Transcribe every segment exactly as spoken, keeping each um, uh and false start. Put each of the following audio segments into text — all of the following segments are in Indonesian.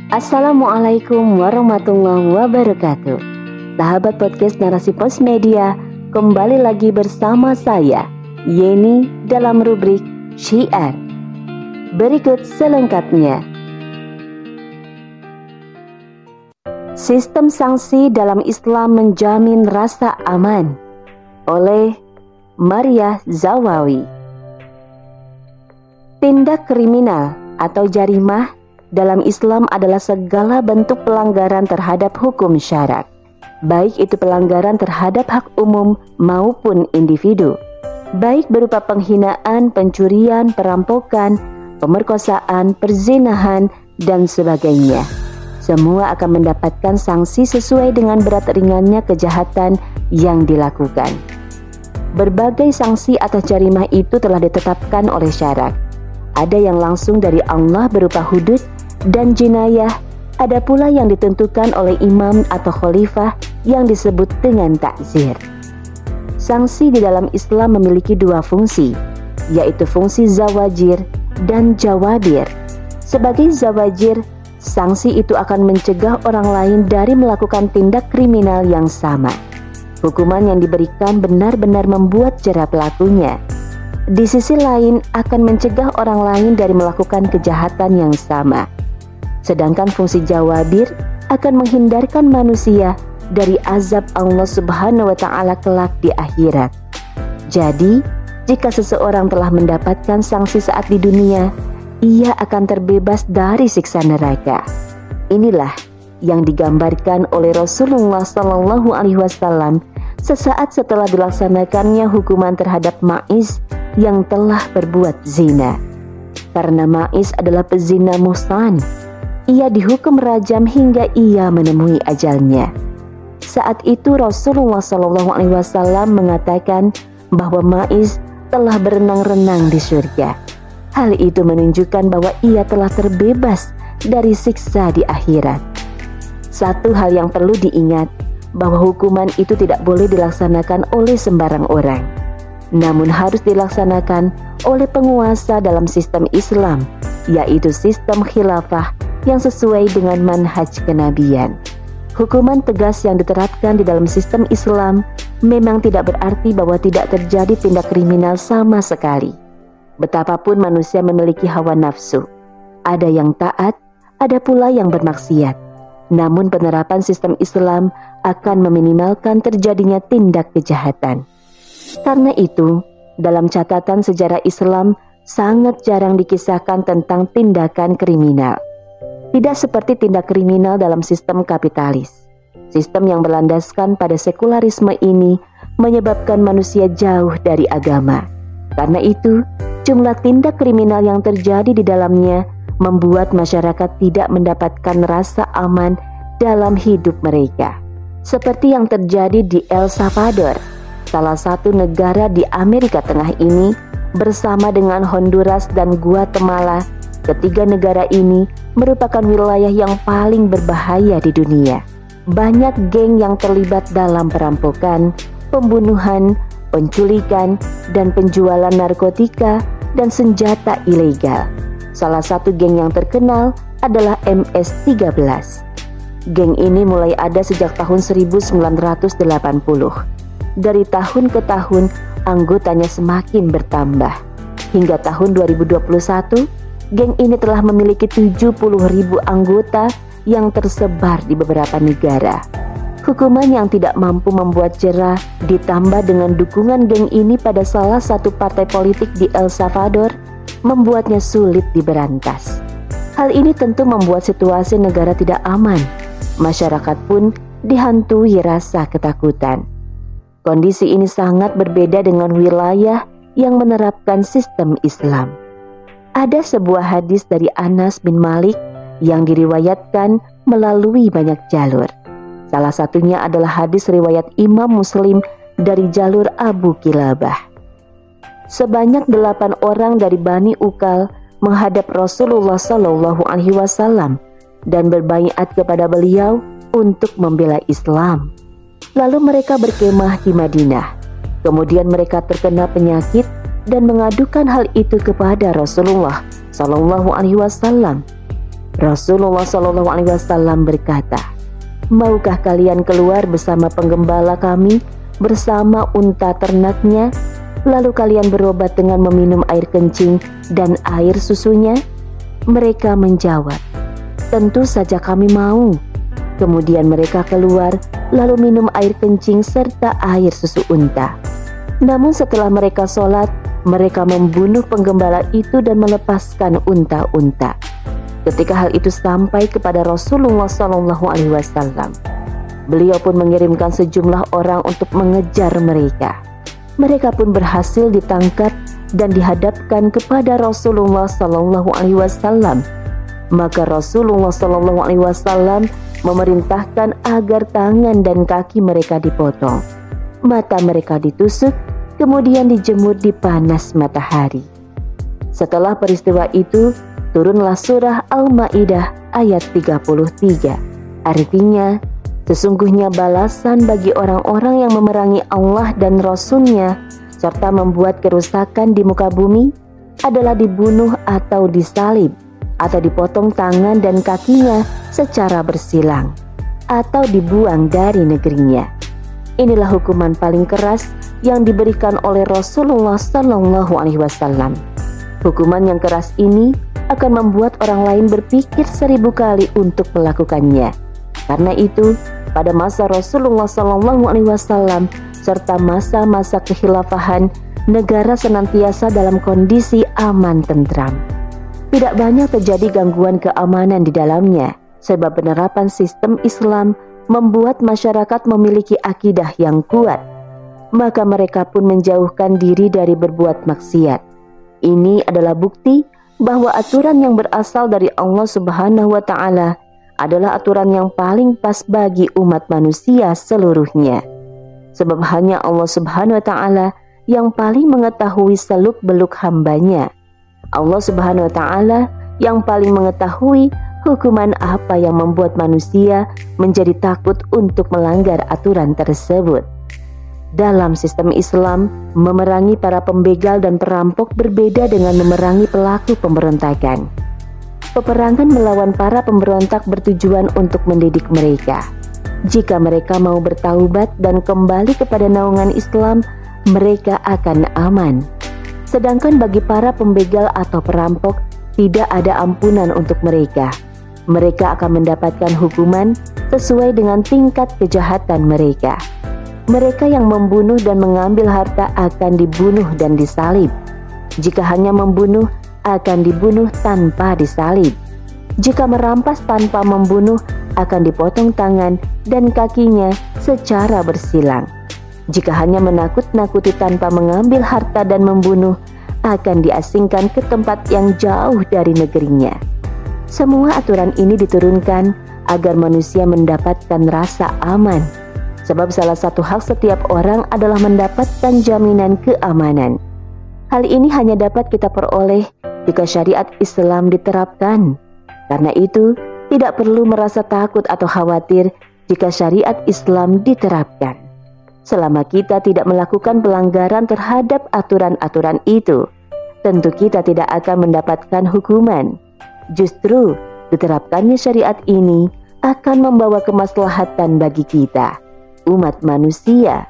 Assalamualaikum warahmatullahi wabarakatuh. Sahabat podcast Narasi Pos Media, kembali lagi bersama saya Yeni dalam rubrik Syiar. Berikut selengkapnya. Sistem sanksi dalam Islam menjamin rasa aman, oleh Maria Zawawi. Tindak kriminal atau jarimah dalam Islam adalah segala bentuk pelanggaran terhadap hukum syarak, baik itu pelanggaran terhadap hak umum maupun individu, baik berupa penghinaan, pencurian, perampokan, pemerkosaan, perzinahan, dan sebagainya. Semua akan mendapatkan sanksi sesuai dengan berat ringannya kejahatan yang dilakukan. Berbagai sanksi atas jarimah itu telah ditetapkan oleh syarak. Ada yang langsung dari Allah berupa hudud dan jinayah, ada pula yang ditentukan oleh imam atau khalifah yang disebut dengan takzir. Sanksi di dalam Islam memiliki dua fungsi, yaitu fungsi zawajir dan jawabir. Sebagai zawajir, sanksi itu akan mencegah orang lain dari melakukan tindak kriminal yang sama. Hukuman yang diberikan benar-benar membuat jera pelakunya. Di sisi lain akan mencegah orang lain dari melakukan kejahatan yang sama. Sedangkan fungsi jawabir akan menghindarkan manusia dari azab Allah Subhanahu wa Ta'ala kelak di akhirat. Jadi, jika seseorang telah mendapatkan sanksi saat di dunia, ia akan terbebas dari siksa neraka. Inilah yang digambarkan oleh Rasulullah Shallallahu Alaihi Wasallam sesaat setelah dilaksanakannya hukuman terhadap Ma'iz yang telah berbuat zina. Karena Ma'iz adalah pezina muhsan, ia dihukum rajam hingga ia menemui ajalnya. Saat itu Rasulullah Shallallahu Alaihi Wasallam mengatakan bahwa Ma'iz telah berenang-renang di surga. Hal itu menunjukkan bahwa ia telah terbebas dari siksa di akhirat. Satu hal yang perlu diingat, bahwa hukuman itu tidak boleh dilaksanakan oleh sembarang orang, namun harus dilaksanakan oleh penguasa dalam sistem Islam, yaitu sistem khilafah yang sesuai dengan manhaj kenabian. Hukuman tegas yang diterapkan di dalam sistem Islam memang tidak berarti bahwa tidak terjadi tindak kriminal sama sekali. Betapapun manusia memiliki hawa nafsu, ada yang taat, ada pula yang bermaksiat. Namun penerapan sistem Islam akan meminimalkan terjadinya tindak kejahatan. Karena itu, dalam catatan sejarah Islam sangat jarang dikisahkan tentang tindakan kriminal. Tidak seperti tindak kriminal dalam sistem kapitalis. Sistem yang berlandaskan pada sekularisme ini menyebabkan manusia jauh dari agama. Karena itu, jumlah tindak kriminal yang terjadi di dalamnya membuat masyarakat tidak mendapatkan rasa aman dalam hidup mereka. Seperti yang terjadi di El Salvador, salah satu negara di Amerika Tengah ini, bersama dengan Honduras dan Guatemala. Ketiga negara ini merupakan wilayah yang paling berbahaya di dunia. Banyak geng yang terlibat dalam perampokan, pembunuhan, penculikan, dan penjualan narkotika dan senjata ilegal. Salah satu geng yang terkenal adalah M S tiga belas. Geng ini mulai ada sejak tahun seribu sembilan ratus delapan puluh. Dari tahun ke tahun, anggotanya semakin bertambah. Hingga tahun dua ribu dua puluh satu, geng ini telah memiliki tujuh puluh ribu anggota yang tersebar di beberapa negara. Hukuman yang tidak mampu membuat jera ditambah dengan dukungan geng ini pada salah satu partai politik di El Salvador membuatnya sulit diberantas. Hal ini tentu membuat situasi negara tidak aman. Masyarakat pun dihantui rasa ketakutan. Kondisi ini sangat berbeda dengan wilayah yang menerapkan sistem Islam. Ada sebuah hadis dari Anas bin Malik yang diriwayatkan melalui banyak jalur. Salah satunya adalah hadis riwayat Imam Muslim dari jalur Abu Kilabah. Sebanyak delapan orang dari Bani Ukal menghadap Rasulullah Shallallahu Alaihi Wasallam dan berbaiat kepada beliau untuk membela Islam. Lalu mereka berkemah di Madinah. Kemudian mereka terkena penyakit dan mengadukan hal itu kepada Rasulullah Shallallahu Alaihi Wasallam. Rasulullah Shallallahu Alaihi Wasallam berkata, "Maukah kalian keluar bersama penggembala kami, bersama unta ternaknya, lalu kalian berobat dengan meminum air kencing dan air susunya?" Mereka menjawab, "Tentu saja kami mau." Kemudian mereka keluar lalu minum air kencing serta air susu unta. Namun setelah mereka sholat, mereka membunuh penggembala itu dan melepaskan unta-unta. Ketika hal itu sampai kepada Rasulullah Shallallahu Alaihi Wasallam, beliau pun mengirimkan sejumlah orang untuk mengejar mereka. Mereka pun berhasil ditangkap dan dihadapkan kepada Rasulullah Shallallahu Alaihi Wasallam. Maka Rasulullah Shallallahu Alaihi Wasallam memerintahkan agar tangan dan kaki mereka dipotong, mata mereka ditusuk, kemudian dijemur di panas matahari. Setelah peristiwa itu, turunlah surah Al-Maidah ayat tiga puluh tiga. Artinya, sesungguhnya balasan bagi orang-orang yang memerangi Allah dan Rasul-Nya serta membuat kerusakan di muka bumi adalah dibunuh atau disalib, atau dipotong tangan dan kakinya secara bersilang, atau dibuang dari negerinya. Inilah hukuman paling keras yang diberikan oleh Rasulullah Shallallahu Alaihi Wasallam. Hukuman yang keras ini akan membuat orang lain berpikir seribu kali untuk melakukannya. Karena itu, pada masa Rasulullah Shallallahu Alaihi Wasallam serta masa-masa kekhilafahan, negara senantiasa dalam kondisi aman tentram. Tidak banyak terjadi gangguan keamanan di dalamnya, sebab penerapan sistem Islam membuat masyarakat memiliki akidah yang kuat. Maka mereka pun menjauhkan diri dari berbuat maksiat. Ini adalah bukti bahwa aturan yang berasal dari Allah Subhanahu wa Ta'ala adalah aturan yang paling pas bagi umat manusia seluruhnya. Sebab hanya Allah Subhanahu wa Ta'ala yang paling mengetahui seluk-beluk hambanya. Allah Subhanahu wa Ta'ala yang paling mengetahui hukuman apa yang membuat manusia menjadi takut untuk melanggar aturan tersebut. Dalam sistem Islam, memerangi para pembegal dan perampok berbeda dengan memerangi pelaku pemberontakan. Peperangan melawan para pemberontak bertujuan untuk mendidik mereka. Jika mereka mau bertaubat dan kembali kepada naungan Islam, mereka akan aman. Sedangkan bagi para pembegal atau perampok, tidak ada ampunan untuk mereka. Mereka akan mendapatkan hukuman sesuai dengan tingkat kejahatan mereka. Mereka yang membunuh dan mengambil harta akan dibunuh dan disalib. Jika hanya membunuh, akan dibunuh tanpa disalib. Jika merampas tanpa membunuh, akan dipotong tangan dan kakinya secara bersilang. Jika hanya menakut-nakuti tanpa mengambil harta dan membunuh, akan diasingkan ke tempat yang jauh dari negerinya. Semua aturan ini diturunkan agar manusia mendapatkan rasa aman. Sebab salah satu hak setiap orang adalah mendapatkan jaminan keamanan. Hal ini hanya dapat kita peroleh jika syariat Islam diterapkan. Karena itu, tidak perlu merasa takut atau khawatir jika syariat Islam diterapkan. Selama kita tidak melakukan pelanggaran terhadap aturan-aturan itu, tentu kita tidak akan mendapatkan hukuman. Justru, diterapkannya syariat ini akan membawa kemaslahatan bagi kita, umat manusia.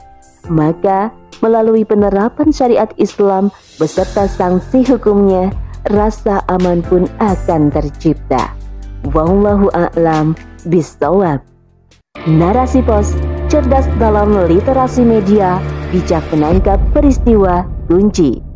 Maka melalui penerapan syariat Islam beserta sanksi hukumnya, rasa aman pun akan tercipta. Wallahu a'lam bishawab. Narasi Pos, cerdas dalam literasi media, bijak menangkap peristiwa kunci.